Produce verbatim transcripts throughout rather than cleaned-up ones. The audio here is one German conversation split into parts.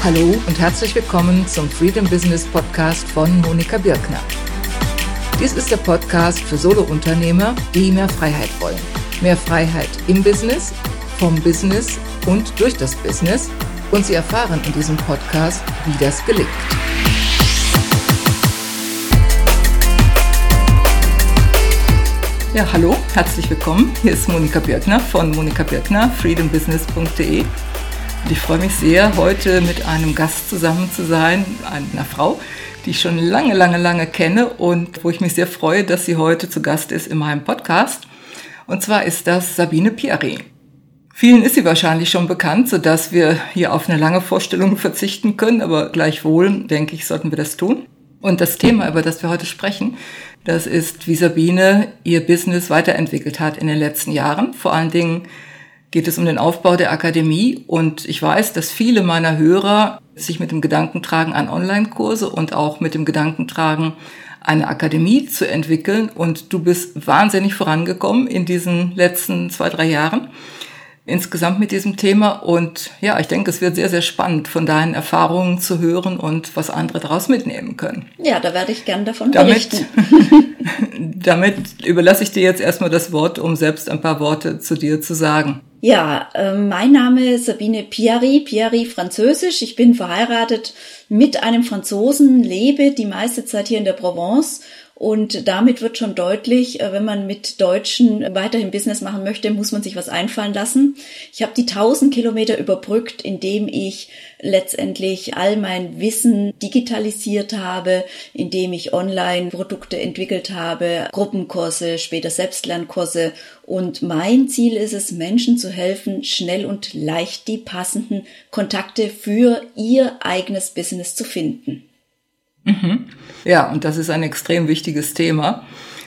Hallo und herzlich willkommen zum Freedom Business Podcast von Monika Birkner. Dies ist der Podcast für Solo-Unternehmer, die mehr Freiheit wollen. Mehr Freiheit im Business, vom Business und durch das Business. Und Sie erfahren in diesem Podcast, wie das gelingt. Ja, hallo, herzlich willkommen. Hier ist Monika Birkner von monika birkner freedom business punkt de. Und ich freue mich sehr, heute mit einem Gast zusammen zu sein, einer Frau, die ich schon lange, lange, lange kenne und wo ich mich sehr freue, dass sie heute zu Gast ist in meinem Podcast. Und zwar ist das Sabine Piari. Vielen ist sie wahrscheinlich schon bekannt, sodass wir hier auf eine lange Vorstellung verzichten können, aber gleichwohl, denke ich, sollten wir das tun. Und das Thema, über das wir heute sprechen, das ist, wie Sabine ihr Business weiterentwickelt hat in den letzten Jahren. Vor allen Dingen geht es um den Aufbau der Akademie und ich weiß, dass viele meiner Hörer sich mit dem Gedanken tragen an Online-Kurse und auch mit dem Gedanken tragen, eine Akademie zu entwickeln, und du bist wahnsinnig vorangekommen in diesen letzten zwei, drei Jahren insgesamt mit diesem Thema, und ja, ich denke, es wird sehr, sehr spannend, von deinen Erfahrungen zu hören und was andere daraus mitnehmen können. Ja, da werde ich gern davon damit, berichten. Damit überlasse ich dir jetzt erstmal das Wort, um selbst ein paar Worte zu dir zu sagen. Ja, äh, mein Name ist Sabine Piari, Piari französisch. Ich bin verheiratet mit einem Franzosen, lebe die meiste Zeit hier in der Provence. Und damit wird schon deutlich, wenn man mit Deutschen weiterhin Business machen möchte, muss man sich was einfallen lassen. Ich habe die tausend Kilometer überbrückt, indem ich letztendlich all mein Wissen digitalisiert habe, indem ich Online-Produkte entwickelt habe, Gruppenkurse, später Selbstlernkurse. Und mein Ziel ist es, Menschen zu helfen, schnell und leicht die passenden Kontakte für ihr eigenes Business zu finden. Mhm. Ja, und das ist ein extrem wichtiges Thema,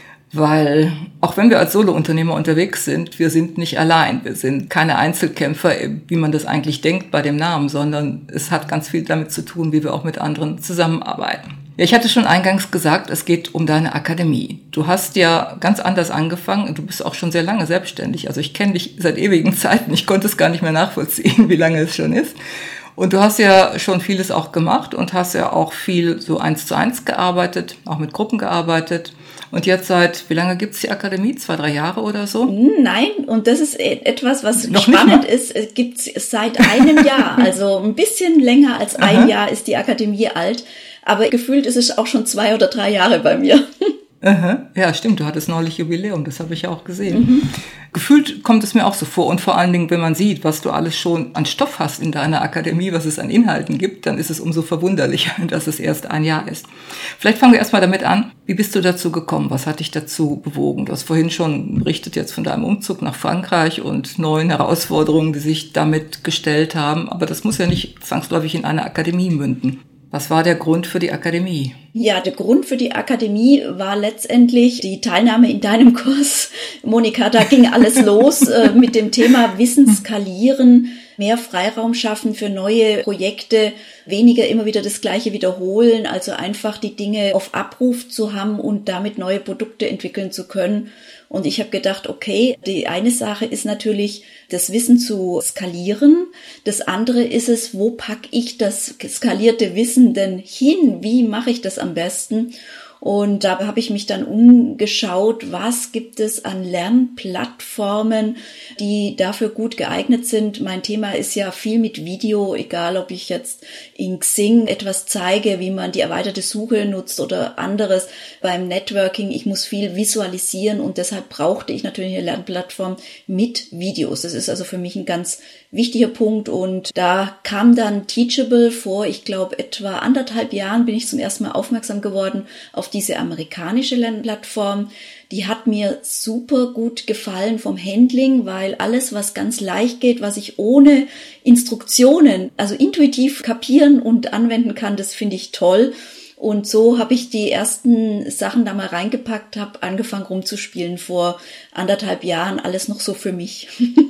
weil auch wenn wir als Solo-Unternehmer unterwegs sind, wir sind nicht allein. Wir sind keine Einzelkämpfer, wie man das eigentlich denkt bei dem Namen, sondern es hat ganz viel damit zu tun, wie wir auch mit anderen zusammenarbeiten. Ja, ich hatte schon eingangs gesagt, es geht um deine Akademie. Du hast ja ganz anders angefangen. Du bist auch schon sehr lange selbstständig. Also ich kenne dich seit ewigen Zeiten. Ich konnte es gar nicht mehr nachvollziehen, wie lange es schon ist. Und du hast ja schon vieles auch gemacht und hast ja auch viel so eins zu eins gearbeitet, auch mit Gruppen gearbeitet. Und jetzt seit, wie lange gibt's die Akademie? Zwei, drei Jahre oder so? Nein, und das ist etwas, was Noch spannend ist. Es gibt's seit einem Jahr, also ein bisschen länger als ein Aha. Jahr ist die Akademie alt. Aber gefühlt ist es auch schon zwei oder drei Jahre bei mir. Aha. Ja, stimmt, du hattest neulich Jubiläum, das habe ich ja auch gesehen. Mhm. Gefühlt kommt es mir auch so vor, und vor allen Dingen, wenn man sieht, was du alles schon an Stoff hast in deiner Akademie, was es an Inhalten gibt, dann ist es umso verwunderlicher, dass es erst ein Jahr ist. Vielleicht fangen wir erstmal damit an, wie bist du dazu gekommen? Was hat dich dazu bewogen? Du hast vorhin schon berichtet jetzt von deinem Umzug nach Frankreich und neuen Herausforderungen, die sich damit gestellt haben, aber das muss ja nicht zwangsläufig in eine Akademie münden. Was war der Grund für die Akademie? Ja, der Grund für die Akademie war letztendlich die Teilnahme in deinem Kurs. Monika, da ging alles los äh, mit dem Thema Wissen skalieren, mehr Freiraum schaffen für neue Projekte, weniger immer wieder das Gleiche wiederholen, also einfach die Dinge auf Abruf zu haben und damit neue Produkte entwickeln zu können. Und ich habe gedacht, okay, die eine Sache ist natürlich, das Wissen zu skalieren. Das andere ist es, wo packe ich das skalierte Wissen denn hin? Wie mache ich das am besten? Und da habe ich mich dann umgeschaut, was gibt es an Lernplattformen, die dafür gut geeignet sind. Mein Thema ist ja viel mit Video, egal ob ich jetzt in Xing etwas zeige, wie man die erweiterte Suche nutzt oder anderes beim Networking. Ich muss viel visualisieren und deshalb brauchte ich natürlich eine Lernplattform mit Videos. Das ist also für mich ein ganz wichtiger Punkt, und da kam dann Teachable vor, ich glaube etwa anderthalb Jahren bin ich zum ersten Mal aufmerksam geworden auf diese amerikanische Lernplattform. Die hat mir super gut gefallen vom Handling, weil alles, was ganz leicht geht, was ich ohne Instruktionen, also intuitiv kapieren und anwenden kann, das finde ich toll. Und so habe ich die ersten Sachen da mal reingepackt, habe angefangen rumzuspielen vor anderthalb Jahren, alles noch so für mich.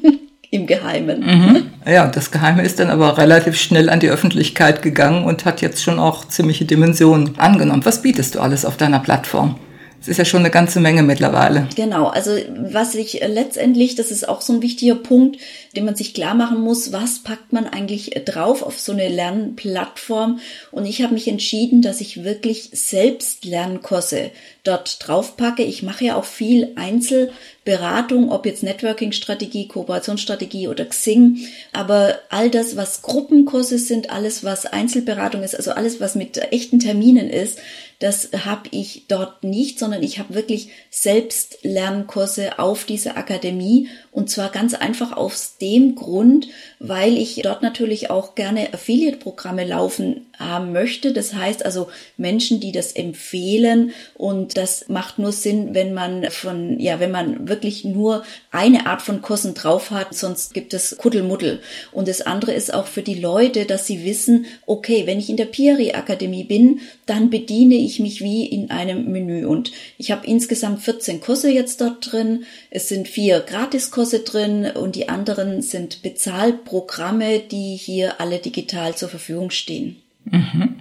Im Geheimen. Mhm. Ja, das Geheime ist dann aber relativ schnell an die Öffentlichkeit gegangen und hat jetzt schon auch ziemliche Dimensionen angenommen. Was bietest du alles auf deiner Plattform? Es ist ja schon eine ganze Menge mittlerweile. Genau, also was ich letztendlich, das ist auch so ein wichtiger Punkt, den man sich klar machen muss, was packt man eigentlich drauf auf so eine Lernplattform? Und ich habe mich entschieden, dass ich wirklich selbst Lernkurse dort drauf packe. Ich mache ja auch viel Einzelberatung, ob jetzt Networking-Strategie, Kooperationsstrategie oder Xing. Aber all das, was Gruppenkurse sind, alles, was Einzelberatung ist, also alles, was mit echten Terminen ist, das habe ich dort nicht, sondern ich habe wirklich selbst Lernkurse auf dieser Akademie und zwar ganz einfach aus dem Grund, weil ich dort natürlich auch gerne Affiliate-Programme laufen haben möchte. Das heißt also Menschen, die das empfehlen und das macht nur Sinn, wenn man von, ja, wenn man wirklich nur eine Art von Kursen drauf hat, sonst gibt es Kuddelmuddel. Und das andere ist auch für die Leute, dass sie wissen, okay, wenn ich in der Piari-Akademie bin, dann bediene ich mich wie in einem Menü. Und ich habe insgesamt vierzehn Kurse jetzt dort drin. Es sind vier Gratiskurse drin und die anderen sind Bezahlprogramme, die hier alle digital zur Verfügung stehen. Mhm.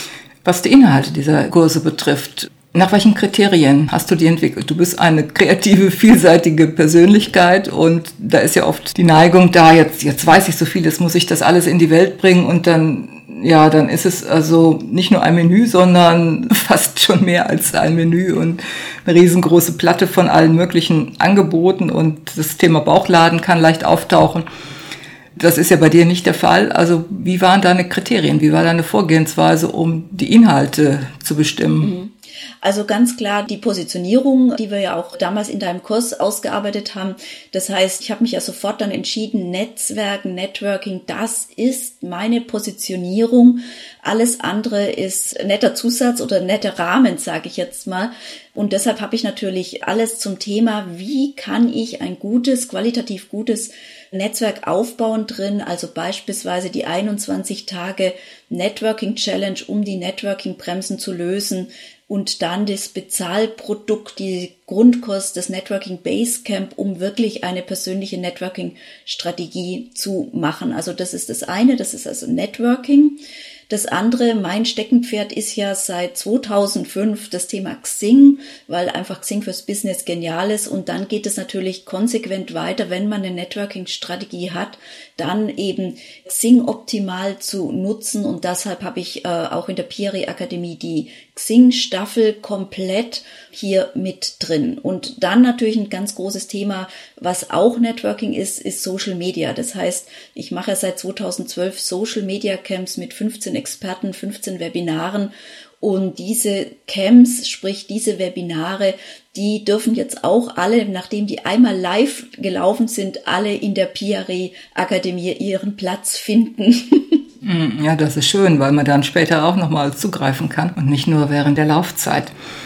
Was die Inhalte dieser Kurse betrifft, nach welchen Kriterien hast du die entwickelt? Du bist eine kreative, vielseitige Persönlichkeit und da ist ja oft die Neigung da, jetzt, jetzt weiß ich so viel, jetzt muss ich das alles in die Welt bringen und dann, ja, dann ist es also nicht nur ein Menü, sondern fast schon mehr als ein Menü und eine riesengroße Platte von allen möglichen Angeboten und das Thema Bauchladen kann leicht auftauchen. Das ist ja bei dir nicht der Fall. Also wie waren deine Kriterien, wie war deine Vorgehensweise, um die Inhalte zu bestimmen? Also ganz klar die Positionierung, die wir ja auch damals in deinem Kurs ausgearbeitet haben. Das heißt, ich habe mich ja sofort dann entschieden, Netzwerken, Networking, das ist meine Positionierung. Alles andere ist netter Zusatz oder netter Rahmen, sage ich jetzt mal. Und deshalb habe ich natürlich alles zum Thema, wie kann ich ein gutes, qualitativ gutes Netzwerk aufbauen drin, also beispielsweise die einundzwanzig Tage Networking Challenge, um die Networking-Bremsen zu lösen und dann das Bezahlprodukt, die Grundkurs des Networking Basecamp, um wirklich eine persönliche Networking-Strategie zu machen. Also das ist das eine, das ist also Networking. Das andere, mein Steckenpferd ist ja seit zweitausendfünf das Thema Xing, weil einfach Xing fürs Business genial ist und dann geht es natürlich konsequent weiter, wenn man eine Networking-Strategie hat, dann eben Xing optimal zu nutzen und deshalb habe ich äh, auch in der Piari Akademie die Xing-Staffel komplett hier mit drin. Und dann natürlich ein ganz großes Thema, was auch Networking ist, ist Social Media. Das heißt, ich mache seit zweitausendzwölf Social Media Camps mit fünfzehn Experten, fünfzehn Webinaren und diese Camps, sprich diese Webinare, die dürfen jetzt auch alle, nachdem die einmal live gelaufen sind, alle in der Piari Akademie ihren Platz finden. Ja, das ist schön, weil man dann später auch nochmal zugreifen kann und nicht nur während der Laufzeit.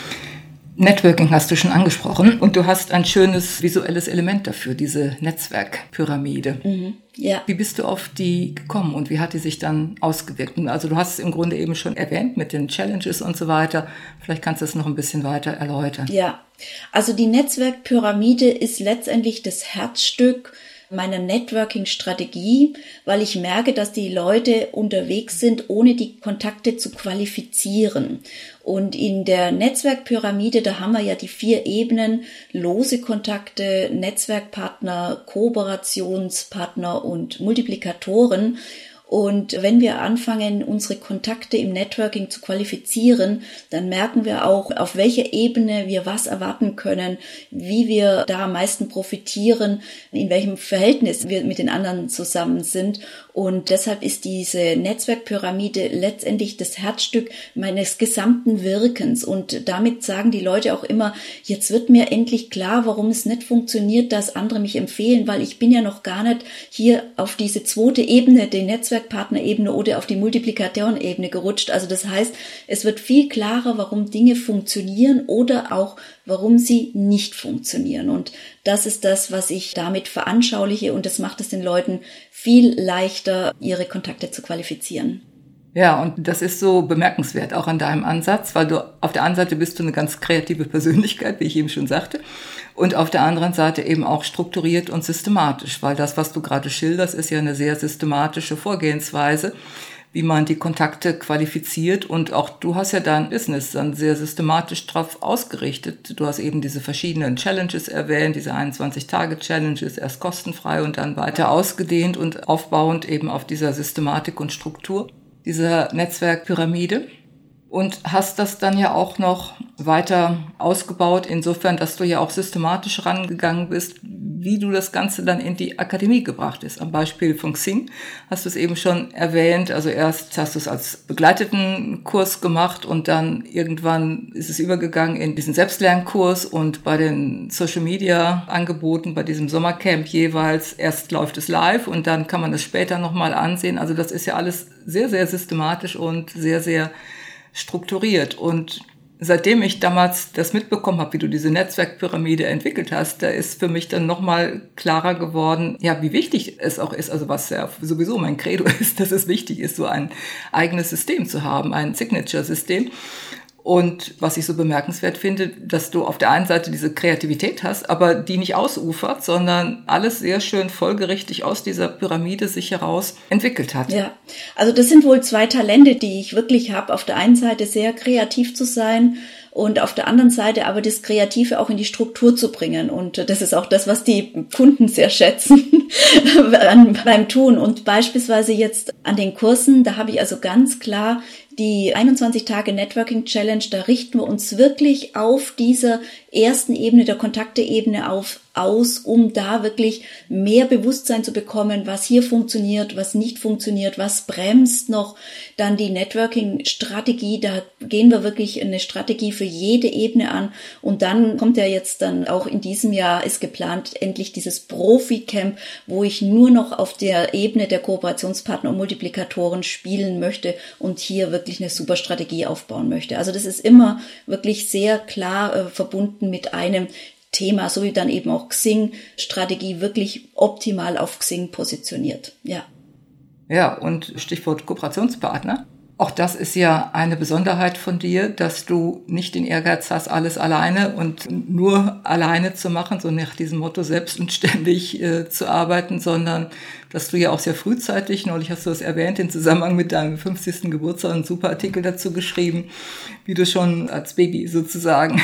Networking hast du schon angesprochen und du hast ein schönes visuelles Element dafür, diese Netzwerkpyramide. Mhm, ja. Wie bist du auf die gekommen und wie hat die sich dann ausgewirkt? Also du hast es im Grunde eben schon erwähnt mit den Challenges und so weiter. Vielleicht kannst du es noch ein bisschen weiter erläutern. Ja, also die Netzwerkpyramide ist letztendlich das Herzstück meiner Networking-Strategie, weil ich merke, dass die Leute unterwegs sind, ohne die Kontakte zu qualifizieren. Und in der Netzwerkpyramide, da haben wir ja die vier Ebenen, lose Kontakte, Netzwerkpartner, Kooperationspartner und Multiplikatoren. Und wenn wir anfangen, unsere Kontakte im Networking zu qualifizieren, dann merken wir auch, auf welcher Ebene wir was erwarten können, wie wir da am meisten profitieren, in welchem Verhältnis wir mit den anderen zusammen sind. Und deshalb ist diese Netzwerkpyramide letztendlich das Herzstück meines gesamten Wirkens. Und damit sagen die Leute auch immer, jetzt wird mir endlich klar, warum es nicht funktioniert, dass andere mich empfehlen, weil ich bin ja noch gar nicht hier auf diese zweite Ebene, die Netzwerkpartnerebene oder auf die Multiplikatorenebene gerutscht. Also das heißt, es wird viel klarer, warum Dinge funktionieren oder auch warum sie nicht funktionieren. Und das ist das, was ich damit veranschauliche und das macht es den Leuten viel leichter, ihre Kontakte zu qualifizieren. Ja, und das ist so bemerkenswert auch an deinem Ansatz, weil du auf der einen Seite bist du eine ganz kreative Persönlichkeit, wie ich eben schon sagte, und auf der anderen Seite eben auch strukturiert und systematisch, weil das, was du gerade schilderst, ist ja eine sehr systematische Vorgehensweise, wie man die Kontakte qualifiziert. Und auch du hast ja dein Business dann sehr systematisch drauf ausgerichtet. Du hast eben diese verschiedenen Challenges erwähnt, diese einundzwanzig-Tage-Challenges, erst kostenfrei und dann weiter ausgedehnt und aufbauend eben auf dieser Systematik und Struktur dieser Netzwerkpyramide. Und hast das dann ja auch noch weiter ausgebaut, insofern, dass du ja auch systematisch rangegangen bist, wie du das Ganze dann in die Akademie gebracht hast. Am Beispiel von Xing hast du es eben schon erwähnt. Also erst hast du es als begleiteten Kurs gemacht und dann irgendwann ist es übergegangen in diesen Selbstlernkurs und bei den Social-Media-Angeboten, bei diesem Sommercamp jeweils. Erst läuft es live und dann kann man es später nochmal ansehen. Also das ist ja alles sehr, sehr systematisch und sehr, sehr strukturiert. Und seitdem ich damals das mitbekommen habe, wie du diese Netzwerkpyramide entwickelt hast, da ist für mich dann nochmal klarer geworden, ja, wie wichtig es auch ist, also was ja sowieso mein Credo ist, dass es wichtig ist, so ein eigenes System zu haben, ein Signature-System. Und was ich so bemerkenswert finde, dass du auf der einen Seite diese Kreativität hast, aber die nicht ausufert, sondern alles sehr schön folgerichtig aus dieser Pyramide sich heraus entwickelt hat. Ja, also das sind wohl zwei Talente, die ich wirklich habe. Auf der einen Seite sehr kreativ zu sein und auf der anderen Seite aber das Kreative auch in die Struktur zu bringen. Und das ist auch das, was die Kunden sehr schätzen beim Tun. Und beispielsweise jetzt an den Kursen, da habe ich also ganz klar die einundzwanzig Tage Networking Challenge, da richten wir uns wirklich auf dieser ersten Ebene, der Kontakteebene auf, aus, um da wirklich mehr Bewusstsein zu bekommen, was hier funktioniert, was nicht funktioniert, was bremst noch. Dann die Networking-Strategie, da gehen wir wirklich eine Strategie für jede Ebene an. Und dann kommt ja jetzt dann auch in diesem Jahr, ist geplant, endlich dieses Profi-Camp, wo ich nur noch auf der Ebene der Kooperationspartner und Multiplikatoren spielen möchte und hier wirklich eine super Strategie aufbauen möchte. Also das ist immer wirklich sehr klar äh, verbunden mit einem Thema, so wie dann eben auch Xing-Strategie wirklich optimal auf Xing positioniert. Ja. Ja, und Stichwort Kooperationspartner. Auch das ist ja eine Besonderheit von dir, dass du nicht den Ehrgeiz hast, alles alleine und nur alleine zu machen, so nach diesem Motto selbst und ständig äh, zu arbeiten, sondern dass du ja auch sehr frühzeitig, neulich hast du es erwähnt, im Zusammenhang mit deinem fünfzigsten Geburtstag einen super Artikel dazu geschrieben, wie du schon als Baby sozusagen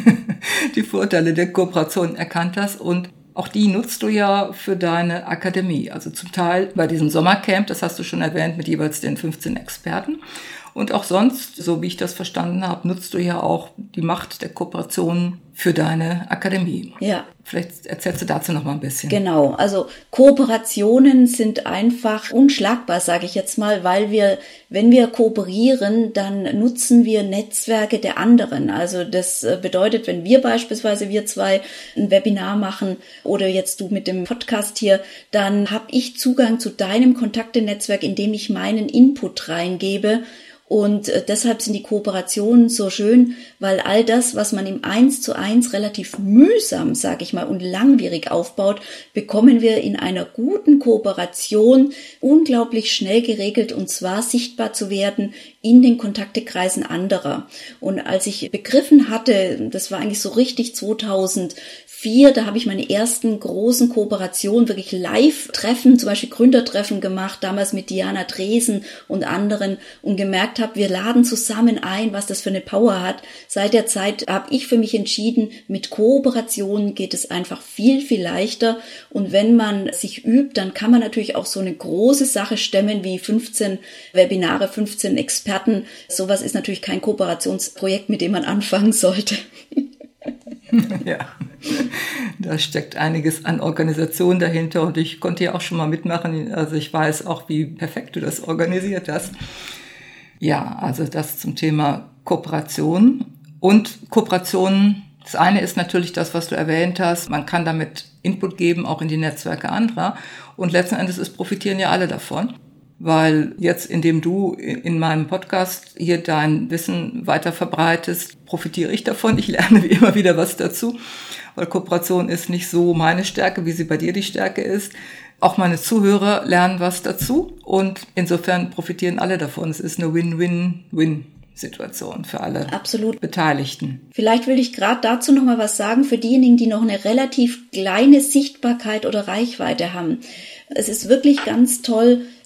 die Vorteile der Kooperation erkannt hast. Und auch die nutzt du ja für deine Akademie. Also zum Teil bei diesem Sommercamp, das hast du schon erwähnt, mit jeweils den fünfzehn Experten. Und auch sonst, so wie ich das verstanden habe, nutzt du ja auch die Macht der Kooperation für deine Akademie. Ja. Vielleicht erzählst du dazu noch mal ein bisschen. Genau, also Kooperationen sind einfach unschlagbar, sage ich jetzt mal, weil wir, wenn wir kooperieren, dann nutzen wir Netzwerke der anderen. Also das bedeutet, wenn wir beispielsweise, wir zwei, ein Webinar machen oder jetzt du mit dem Podcast hier, dann habe ich Zugang zu deinem Kontaktenetzwerk, indem ich meinen Input reingebe. Und deshalb sind die Kooperationen so schön, weil all das, was man im Eins zu eins relativ mühsam, sag ich mal, und langwierig aufbaut, bekommen wir in einer guten Kooperation unglaublich schnell geregelt, und zwar sichtbar zu werden in den Kontaktekreisen anderer. Und als ich begriffen hatte, das war eigentlich so richtig zweitausendvier, da habe ich meine ersten großen Kooperationen, wirklich Live-Treffen, zum Beispiel Gründertreffen gemacht, damals mit Diana Dresen und anderen, und gemerkt habe, wir laden zusammen ein, was das für eine Power hat. Seit der Zeit habe ich für mich entschieden, mit Kooperationen geht es einfach viel, viel leichter. Und wenn man sich übt, dann kann man natürlich auch so eine große Sache stemmen wie fünfzehn Webinare, fünfzehn Experten. Sowas ist natürlich kein Kooperationsprojekt, mit dem man anfangen sollte. Ja, da steckt einiges an Organisation dahinter, und ich konnte ja auch schon mal mitmachen. Also ich weiß auch, wie perfekt du das organisiert hast. Ja, also das zum Thema Kooperation. Und Kooperationen, das eine ist natürlich das, was du erwähnt hast. Man kann damit Input geben, auch in die Netzwerke anderer. Und letzten Endes ist, profitieren ja alle davon. Weil jetzt, indem du in meinem Podcast hier dein Wissen weiter verbreitest, profitiere ich davon. Ich lerne wie immer wieder was dazu, weil Kooperation ist nicht so meine Stärke, wie sie bei dir die Stärke ist. Auch meine Zuhörer lernen was dazu, und insofern profitieren alle davon. Es ist eine Win-Win-Win-Situation für alle Absolut. Beteiligten. Vielleicht will ich gerade dazu noch mal was sagen für diejenigen, die noch eine relativ kleine Sichtbarkeit oder Reichweite haben. Es ist wirklich ganz toll,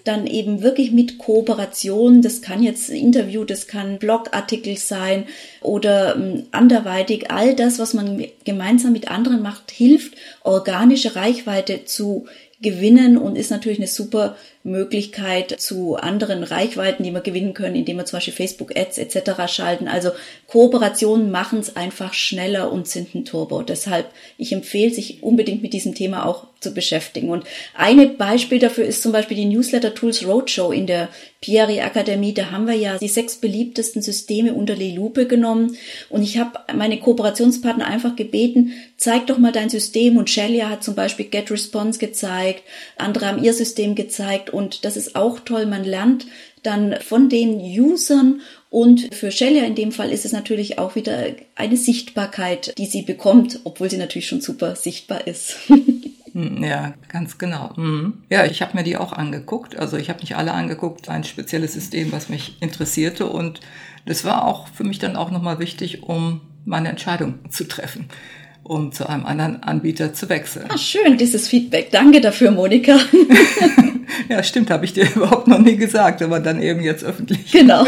dann eben wirklich mit Kooperation, das kann jetzt ein Interview, das kann Blogartikel sein oder ähm, anderweitig, all das, was man gemeinsam mit anderen macht, hilft, organische Reichweite zu gewinnen und ist natürlich eine super Möglichkeit zu anderen Reichweiten, die wir gewinnen können, indem wir zum Beispiel Facebook-Ads et cetera schalten. Also Kooperationen machen es einfach schneller und sind ein Turbo. Deshalb, ich empfehle, sich unbedingt mit diesem Thema auch zu beschäftigen. Und ein Beispiel dafür ist zum Beispiel die Newsletter Tools Roadshow in der P R I Akademie. Da haben wir ja die sechs beliebtesten Systeme unter die Lupe genommen. Und ich habe meine Kooperationspartner einfach gebeten, zeig doch mal dein System. Und Shelia hat zum Beispiel GetResponse gezeigt, andere haben ihr System gezeigt. Und das ist auch toll, man lernt dann von den Usern und für Shelia in dem Fall ist es natürlich auch wieder eine Sichtbarkeit, die sie bekommt, obwohl sie natürlich schon super sichtbar ist. Ja, ganz genau. Ja, ich habe mir die auch angeguckt. Also ich habe nicht alle angeguckt, ein spezielles System, was mich interessierte. Und das war auch für mich dann auch nochmal wichtig, um meine Entscheidung zu treffen, um zu einem anderen Anbieter zu wechseln. Ah, schön, dieses Feedback. Danke dafür, Monika. Ja, stimmt, habe ich dir überhaupt noch nie gesagt, aber dann eben jetzt öffentlich. Genau.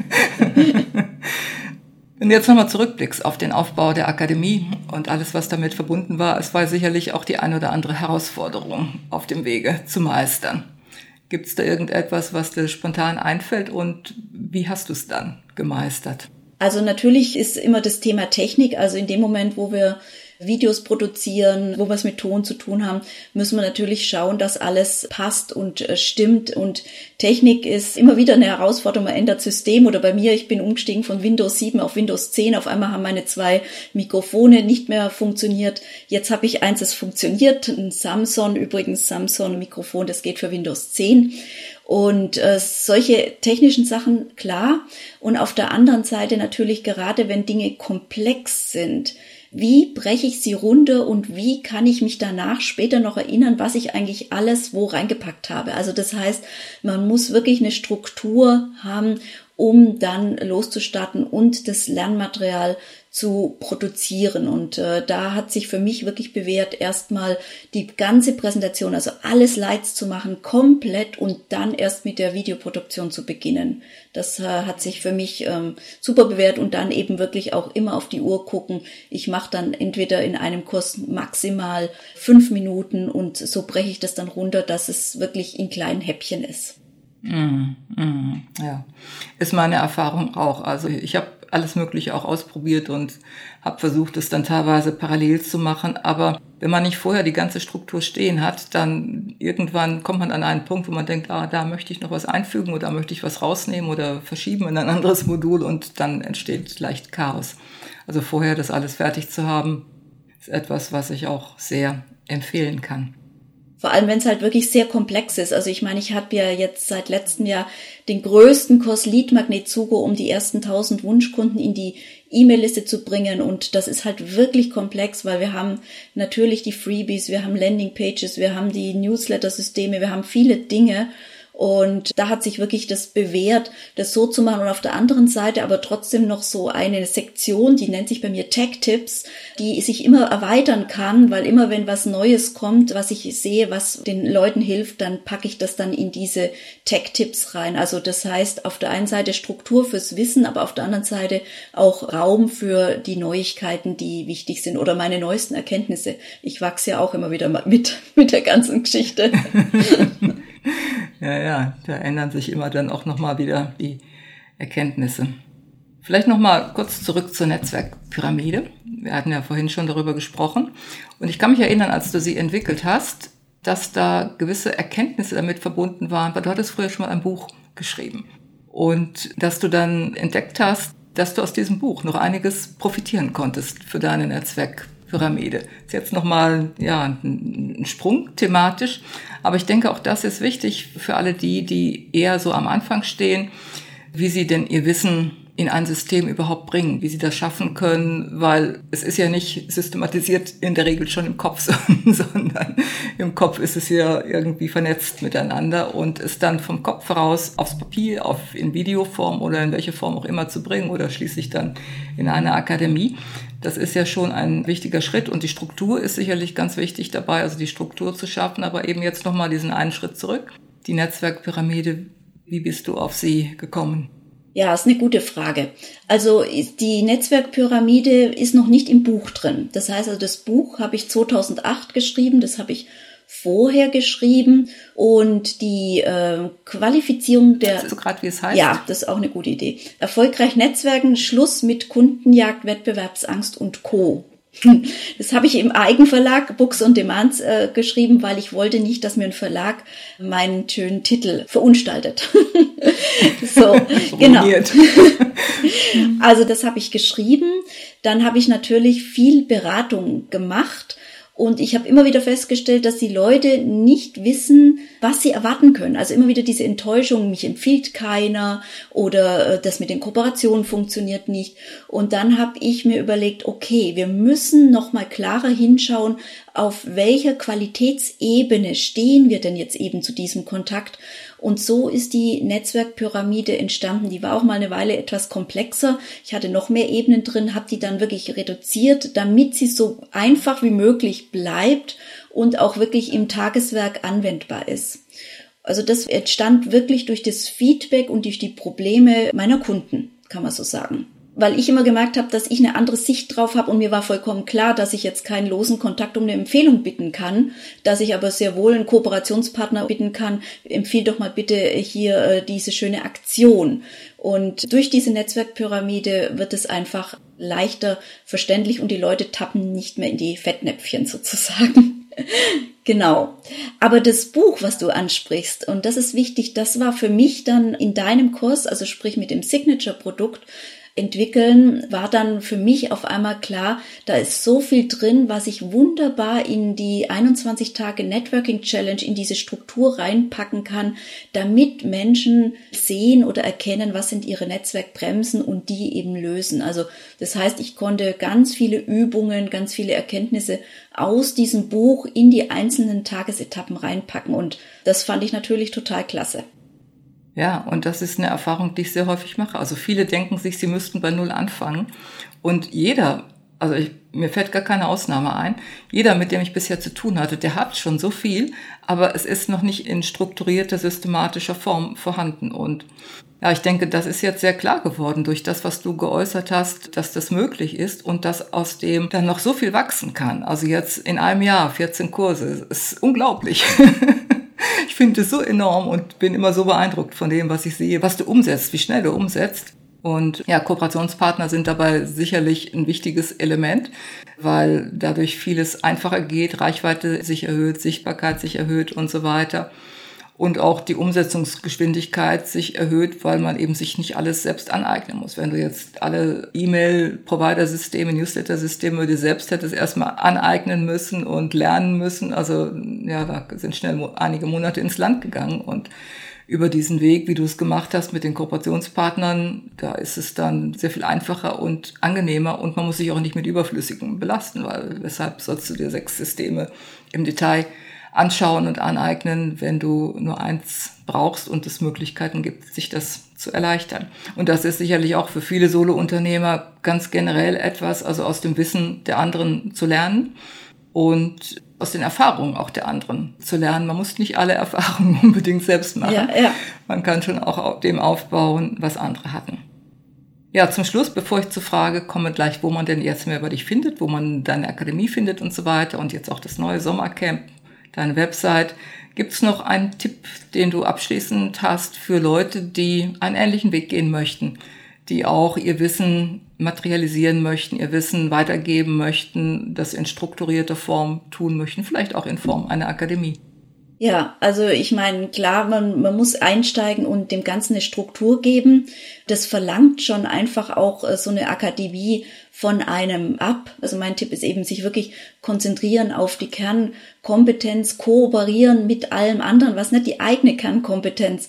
Wenn du jetzt nochmal zurückblickst auf den Aufbau der Akademie und alles, was damit verbunden war, es war sicherlich auch die ein oder andere Herausforderung auf dem Wege zu meistern. Gibt es da irgendetwas, was dir spontan einfällt und wie hast du es dann gemeistert? Also natürlich ist immer das Thema Technik, also in dem Moment, wo wir Videos produzieren, wo wir es mit Ton zu tun haben, müssen wir natürlich schauen, dass alles passt und äh, stimmt. Und Technik ist immer wieder eine Herausforderung. Man ändert System oder bei mir, ich bin umgestiegen von Windows sieben auf Windows zehn. Auf einmal haben meine zwei Mikrofone nicht mehr funktioniert. Jetzt habe ich eins, das funktioniert. Ein Samsung, übrigens Samsung Mikrofon, das geht für Windows zehn. Und äh, solche technischen Sachen, klar. Und auf der anderen Seite natürlich, gerade wenn Dinge komplex sind, wie breche ich sie runter und wie kann ich mich danach später noch erinnern, was ich eigentlich alles wo reingepackt habe. Also das heißt, man muss wirklich eine Struktur haben, um dann loszustarten und das Lernmaterial zu produzieren. Und äh, da hat sich für mich wirklich bewährt, erstmal die ganze Präsentation, also alle Slides zu machen, komplett und dann erst mit der Videoproduktion zu beginnen. Das äh, hat sich für mich ähm, super bewährt und dann eben wirklich auch immer auf die Uhr gucken. Ich mache dann entweder in einem Kurs maximal fünf Minuten und so breche ich das dann runter, dass es wirklich in kleinen Häppchen ist. Mm, mm, ja, ist meine Erfahrung auch. Also ich habe alles Mögliche auch ausprobiert und habe versucht, es dann teilweise parallel zu machen. Aber wenn man nicht vorher die ganze Struktur stehen hat, dann irgendwann kommt man an einen Punkt, wo man denkt, ah, da möchte ich noch was einfügen oder da möchte ich was rausnehmen oder verschieben in ein anderes Modul und dann entsteht leicht Chaos. Also vorher das alles fertig zu haben, ist etwas, was ich auch sehr empfehlen kann. Vor allem, wenn es halt wirklich sehr komplex ist. Also ich meine, ich habe ja jetzt seit letztem Jahr den größten Kurs Lead Magnet Sugo, um die ersten tausend Wunschkunden in die E-Mail-Liste zu bringen. Und das ist halt wirklich komplex, weil wir haben natürlich die Freebies, wir haben Landing-Pages, wir haben die Newsletter-Systeme, wir haben viele Dinge. Und da hat sich wirklich das bewährt, das so zu machen und auf der anderen Seite aber trotzdem noch so eine Sektion, die nennt sich bei mir Tech-Tipps, die sich immer erweitern kann, weil immer wenn was Neues kommt, was ich sehe, was den Leuten hilft, dann packe ich das dann in diese Tech-Tipps rein. Also das heißt, auf der einen Seite Struktur fürs Wissen, aber auf der anderen Seite auch Raum für die Neuigkeiten, die wichtig sind oder meine neuesten Erkenntnisse. Ich wachse ja auch immer wieder mit, mit der ganzen Geschichte. Ja, ja, da ändern sich immer dann auch nochmal wieder die Erkenntnisse. Vielleicht nochmal kurz zurück zur Netzwerkpyramide. Wir hatten ja vorhin schon darüber gesprochen. Und ich kann mich erinnern, als du sie entwickelt hast, dass da gewisse Erkenntnisse damit verbunden waren, weil du hattest früher schon mal ein Buch geschrieben. Und dass du dann entdeckt hast, dass du aus diesem Buch noch einiges profitieren konntest für deine Netzwerkpyramide. Das ist jetzt nochmal ja, ein Sprung thematisch. Aber ich denke, auch das ist wichtig für alle die, die eher so am Anfang stehen, wie sie denn ihr Wissen in ein System überhaupt bringen, wie sie das schaffen können, weil es ist ja nicht systematisiert in der Regel schon im Kopf, sondern im Kopf ist es ja irgendwie vernetzt miteinander und es dann vom Kopf heraus aufs Papier, auf in Videoform oder in welche Form auch immer zu bringen oder schließlich dann in einer Akademie. Das ist ja schon ein wichtiger Schritt und die Struktur ist sicherlich ganz wichtig dabei, also die Struktur zu schaffen, aber eben jetzt nochmal diesen einen Schritt zurück. die Netzwerkpyramide, wie bist du auf sie gekommen? Ja, ist eine gute Frage. Also die Netzwerkpyramide ist noch nicht im Buch drin. Das heißt, also das Buch habe ich zweitausendacht geschrieben, das habe ich vorher geschrieben und die äh, Qualifizierung der... Weißt du gerade, wie es heißt? Ja, das ist auch eine gute Idee. Erfolgreich Netzwerken, Schluss mit Kundenjagd, Wettbewerbsangst und Co. Das habe ich im Eigenverlag Books on Demand äh, geschrieben, weil ich wollte nicht, dass mir ein Verlag meinen schönen Titel verunstaltet. So, genau. Also das habe ich geschrieben. Dann habe ich natürlich viel Beratung gemacht. Und ich habe immer wieder festgestellt, dass die Leute nicht wissen, was sie erwarten können. Also immer wieder diese Enttäuschung, mich empfiehlt keiner oder das mit den Kooperationen funktioniert nicht. Und dann habe ich mir überlegt, okay, wir müssen noch mal klarer hinschauen, auf welcher Qualitätsebene stehen wir denn jetzt eben zu diesem Kontakt. Und so ist die Netzwerkpyramide entstanden. Die war auch mal eine Weile etwas komplexer. Ich hatte noch mehr Ebenen drin, habe die dann wirklich reduziert, damit sie so einfach wie möglich bleibt und auch wirklich im Tageswerk anwendbar ist. Also das entstand wirklich durch das Feedback und durch die Probleme meiner Kunden, kann man so sagen. Weil ich immer gemerkt habe, dass ich eine andere Sicht drauf habe und mir war vollkommen klar, dass ich jetzt keinen losen Kontakt um eine Empfehlung bitten kann, dass ich aber sehr wohl einen Kooperationspartner bitten kann, empfiehl doch mal bitte hier äh, diese schöne Aktion. Und durch diese Netzwerkpyramide wird es einfach leichter verständlich und die Leute tappen nicht mehr in die Fettnäpfchen sozusagen. Genau. Aber das Buch, was du ansprichst, und das ist wichtig, das war für mich dann in deinem Kurs, also sprich mit dem Signature-Produkt, entwickeln, war dann für mich auf einmal klar, da ist so viel drin, was ich wunderbar in die einundzwanzig Tage Networking Challenge, in diese Struktur reinpacken kann, damit Menschen sehen oder erkennen, was sind ihre Netzwerkbremsen und die eben lösen. Also das heißt, ich konnte ganz viele Übungen, ganz viele Erkenntnisse aus diesem Buch in die einzelnen Tagesetappen reinpacken und das fand ich natürlich total klasse. Ja, und das ist eine Erfahrung, die ich sehr häufig mache. Also viele denken sich, sie müssten bei Null anfangen. Und jeder, also ich, mir fällt gar keine Ausnahme ein, jeder, mit dem ich bisher zu tun hatte, der hat schon so viel, aber es ist noch nicht in strukturierter, systematischer Form vorhanden. Und ja, ich denke, das ist jetzt sehr klar geworden durch das, was du geäußert hast, dass das möglich ist und dass aus dem dann noch so viel wachsen kann. Also jetzt in einem Jahr vierzehn Kurse, das ist unglaublich. Ich finde es so enorm und bin immer so beeindruckt von dem, was ich sehe, was du umsetzt, wie schnell du umsetzt. Und ja, Kooperationspartner sind dabei sicherlich ein wichtiges Element, weil dadurch vieles einfacher geht, Reichweite sich erhöht, Sichtbarkeit sich erhöht und so weiter. Und auch die Umsetzungsgeschwindigkeit sich erhöht, weil man eben sich nicht alles selbst aneignen muss. Wenn du jetzt alle E-Mail-Provider-Systeme, Newsletter-Systeme dir selbst hättest erstmal aneignen müssen und lernen müssen, also ja, da sind schnell mo- einige Monate ins Land gegangen. Und über diesen Weg, wie du es gemacht hast mit den Kooperationspartnern, da ist es dann sehr viel einfacher und angenehmer und man muss sich auch nicht mit Überflüssigem belasten, weil weshalb sollst du dir sechs Systeme im Detail anschauen und aneignen, wenn du nur eins brauchst und es Möglichkeiten gibt, sich das zu erleichtern. Und das ist sicherlich auch für viele Solo-Unternehmer ganz generell etwas, also aus dem Wissen der anderen zu lernen und aus den Erfahrungen auch der anderen zu lernen. Man muss nicht alle Erfahrungen unbedingt selbst machen. Ja, ja. Man kann schon auch auf dem aufbauen, was andere hatten. Ja, zum Schluss, bevor ich zur Frage komme, gleich, wo man denn jetzt mehr über dich findet, wo man deine Akademie findet und so weiter und jetzt auch das neue Sommercamp, deine Website. Gibt es noch einen Tipp, den du abschließend hast für Leute, die einen ähnlichen Weg gehen möchten, die auch ihr Wissen materialisieren möchten, ihr Wissen weitergeben möchten, das in strukturierter Form tun möchten, vielleicht auch in Form einer Akademie? Ja, also ich meine, klar, man, man muss einsteigen und dem Ganzen eine Struktur geben. Das verlangt schon einfach auch äh, so eine Akademie von einem ab. Also mein Tipp ist eben, sich wirklich konzentrieren auf die Kernkompetenz, kooperieren mit allem anderen, was nicht die eigene Kernkompetenz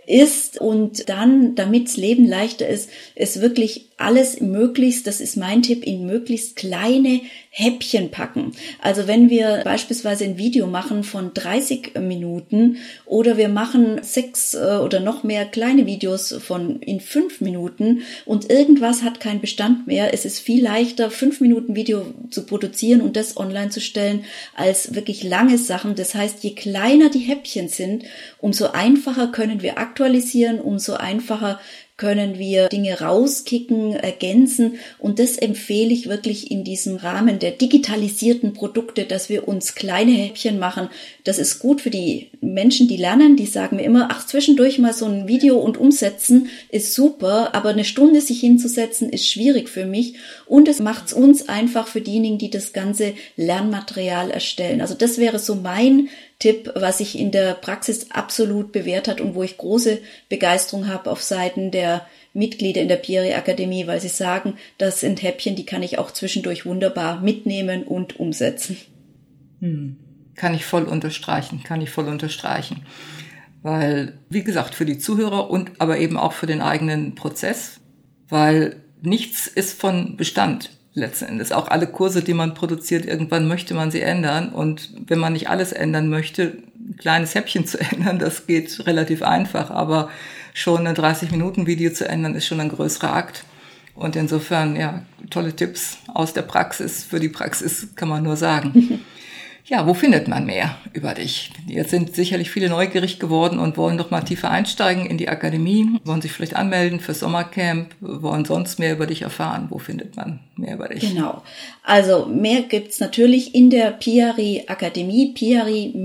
ist und dann, damit's Leben leichter ist, ist wirklich alles möglichst, das ist mein Tipp, in möglichst kleine Häppchen packen. Also wenn wir beispielsweise ein Video machen von dreißig Minuten oder wir machen sechs oder noch mehr kleine Videos von in fünf Minuten und irgendwas hat keinen Bestand mehr, es ist viel leichter, fünf Minuten Video zu produzieren und das online zu stellen, als wirklich lange Sachen. Das heißt, je kleiner die Häppchen sind, umso einfacher können wir aktualisieren, umso einfacher können wir Dinge rauskicken, ergänzen und das empfehle ich wirklich in diesem Rahmen der digitalisierten Produkte, dass wir uns kleine Häppchen machen. Das ist gut für die Menschen, die lernen, die sagen mir immer, ach, zwischendurch mal so ein Video und umsetzen ist super, aber eine Stunde sich hinzusetzen ist schwierig für mich und es macht es uns einfach für diejenigen, die das ganze Lernmaterial erstellen. Also das wäre so mein Tipp, was sich in der Praxis absolut bewährt hat und wo ich große Begeisterung habe auf Seiten der Mitglieder in der Pieri Akademie, weil sie sagen, das sind Häppchen, die kann ich auch zwischendurch wunderbar mitnehmen und umsetzen. Hm. Kann ich voll unterstreichen, kann ich voll unterstreichen. Weil, wie gesagt, für die Zuhörer und aber eben auch für den eigenen Prozess, weil nichts ist von Bestand. Letzten Endes auch alle Kurse, die man produziert, irgendwann möchte man sie ändern. Und wenn man nicht alles ändern möchte, ein kleines Häppchen zu ändern, das geht relativ einfach. Aber schon ein dreißig-Minuten-Video zu ändern, ist schon ein größerer Akt. Und insofern, ja, tolle Tipps aus der Praxis. Für die Praxis kann man nur sagen. Ja, wo findet man mehr über dich? Jetzt sind sicherlich viele neugierig geworden und wollen noch mal tiefer einsteigen in die Akademie, wollen sich vielleicht anmelden für Sommercamp, wollen sonst mehr über dich erfahren. Wo findet man mehr über dich? Genau. Also mehr gibt's natürlich in der Pieri Akademie, pieri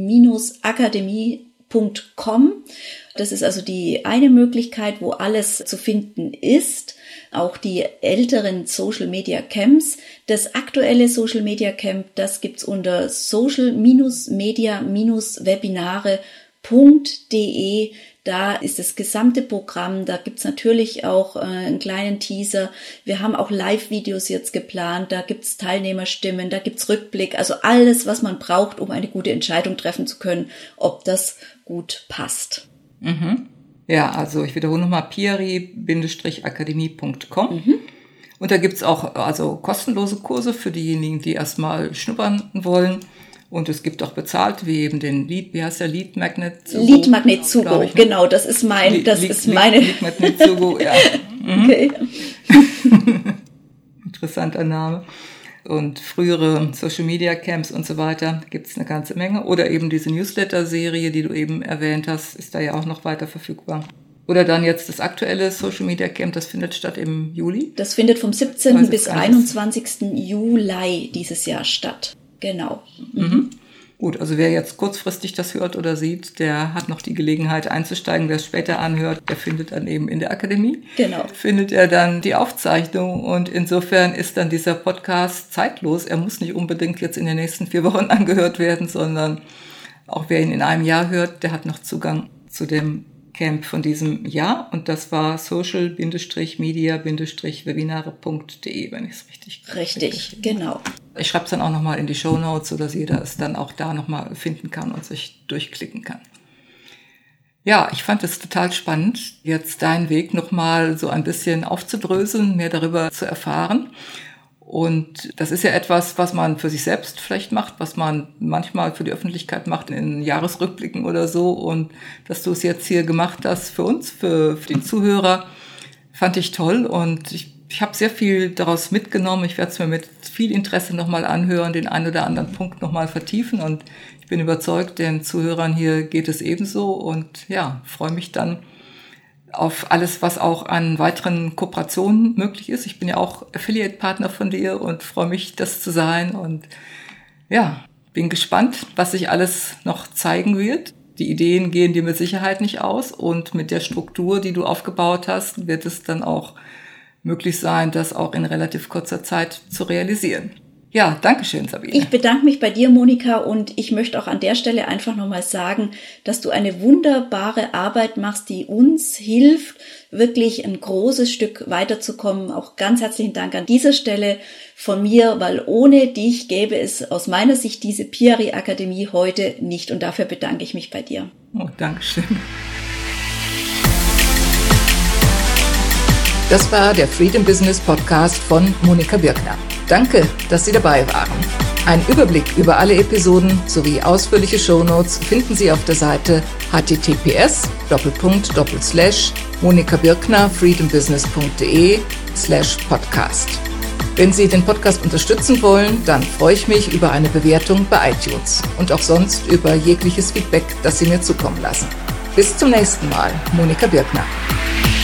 Akademie Punkt com. Das ist also die eine Möglichkeit, wo alles zu finden ist. Auch die älteren Social Media Camps. Das aktuelle Social Media Camp, das gibt's unter social media webinare punkt de. Da ist das gesamte Programm. Da gibt's natürlich auch äh, einen kleinen Teaser. Wir haben auch Live-Videos jetzt geplant. Da gibt's Teilnehmerstimmen, da gibt's Rückblick. Also alles, was man braucht, um eine gute Entscheidung treffen zu können, ob das gut passt. Mhm. Ja, also ich wiederhole nochmal pieri Akademie Punkt com. Mhm. Und da gibt's auch also kostenlose Kurse für diejenigen, die erstmal schnuppern wollen. Und es gibt auch bezahlt, wie eben den Lead, wie heißt der, Lead Magnet Zugo? Lead Magnet Zugo, ich, ne? Genau, das ist mein, das Lead, ist Lead, meine. Lead Magnet Zugo, ja. Mhm. Okay. Interessanter Name. Und frühere Social Media Camps und so weiter gibt's eine ganze Menge. Oder eben diese Newsletter-Serie, die du eben erwähnt hast, ist da ja auch noch weiter verfügbar. Oder dann jetzt das aktuelle Social Media Camp, das findet statt im Juli? Das findet vom siebzehnten bis einundzwanzigsten Juli dieses Jahr statt. Genau. Mhm. Gut, also wer jetzt kurzfristig das hört oder sieht, der hat noch die Gelegenheit einzusteigen. Wer es später anhört, der findet dann eben in der Akademie. Genau. Findet er dann die Aufzeichnung und insofern ist dann dieser Podcast zeitlos. Er muss nicht unbedingt jetzt in den nächsten vier Wochen angehört werden, sondern auch wer ihn in einem Jahr hört, der hat noch Zugang zu dem Camp von diesem Jahr und das war social media webinare punkt de, wenn ich es richtig Richtig, genau. Ich schreibe es dann auch nochmal in die Shownotes, sodass jeder es dann auch da nochmal finden kann und sich durchklicken kann. Ja, ich fand es total spannend, jetzt deinen Weg nochmal so ein bisschen aufzudröseln, mehr darüber zu erfahren. Und das ist ja etwas, was man für sich selbst vielleicht macht, was man manchmal für die Öffentlichkeit macht in Jahresrückblicken oder so. Und dass du es jetzt hier gemacht hast für uns, für, für die Zuhörer, fand ich toll. Und ich, ich habe sehr viel daraus mitgenommen. Ich werde es mir mit viel Interesse nochmal anhören, den einen oder anderen Punkt nochmal vertiefen. Und ich bin überzeugt, den Zuhörern hier geht es ebenso. Und ja, freue mich dann auf alles, was auch an weiteren Kooperationen möglich ist. Ich bin ja auch Affiliate-Partner von dir und freue mich, das zu sein. Und ja, bin gespannt, was sich alles noch zeigen wird. Die Ideen gehen dir mit Sicherheit nicht aus. Und mit der Struktur, die du aufgebaut hast, wird es dann auch möglich sein, das auch in relativ kurzer Zeit zu realisieren. Ja, danke schön, Sabine. Ich bedanke mich bei dir, Monika, und ich möchte auch an der Stelle einfach nochmal sagen, dass du eine wunderbare Arbeit machst, die uns hilft, wirklich ein großes Stück weiterzukommen. Auch ganz herzlichen Dank an dieser Stelle von mir, weil ohne dich gäbe es aus meiner Sicht diese Pieri Akademie heute nicht und dafür bedanke ich mich bei dir. Oh, danke schön. Das war der Freedom Business Podcast von Monika Birkner. Danke, dass Sie dabei waren. Einen Überblick über alle Episoden sowie ausführliche Shownotes finden Sie auf der Seite h t t p s doppelpunkt doppelpunkt slash monikabirkner freedombusiness.de slash podcast. Wenn Sie den Podcast unterstützen wollen, dann freue ich mich über eine Bewertung bei iTunes und auch sonst über jegliches Feedback, das Sie mir zukommen lassen. Bis zum nächsten Mal, Monika Birkner.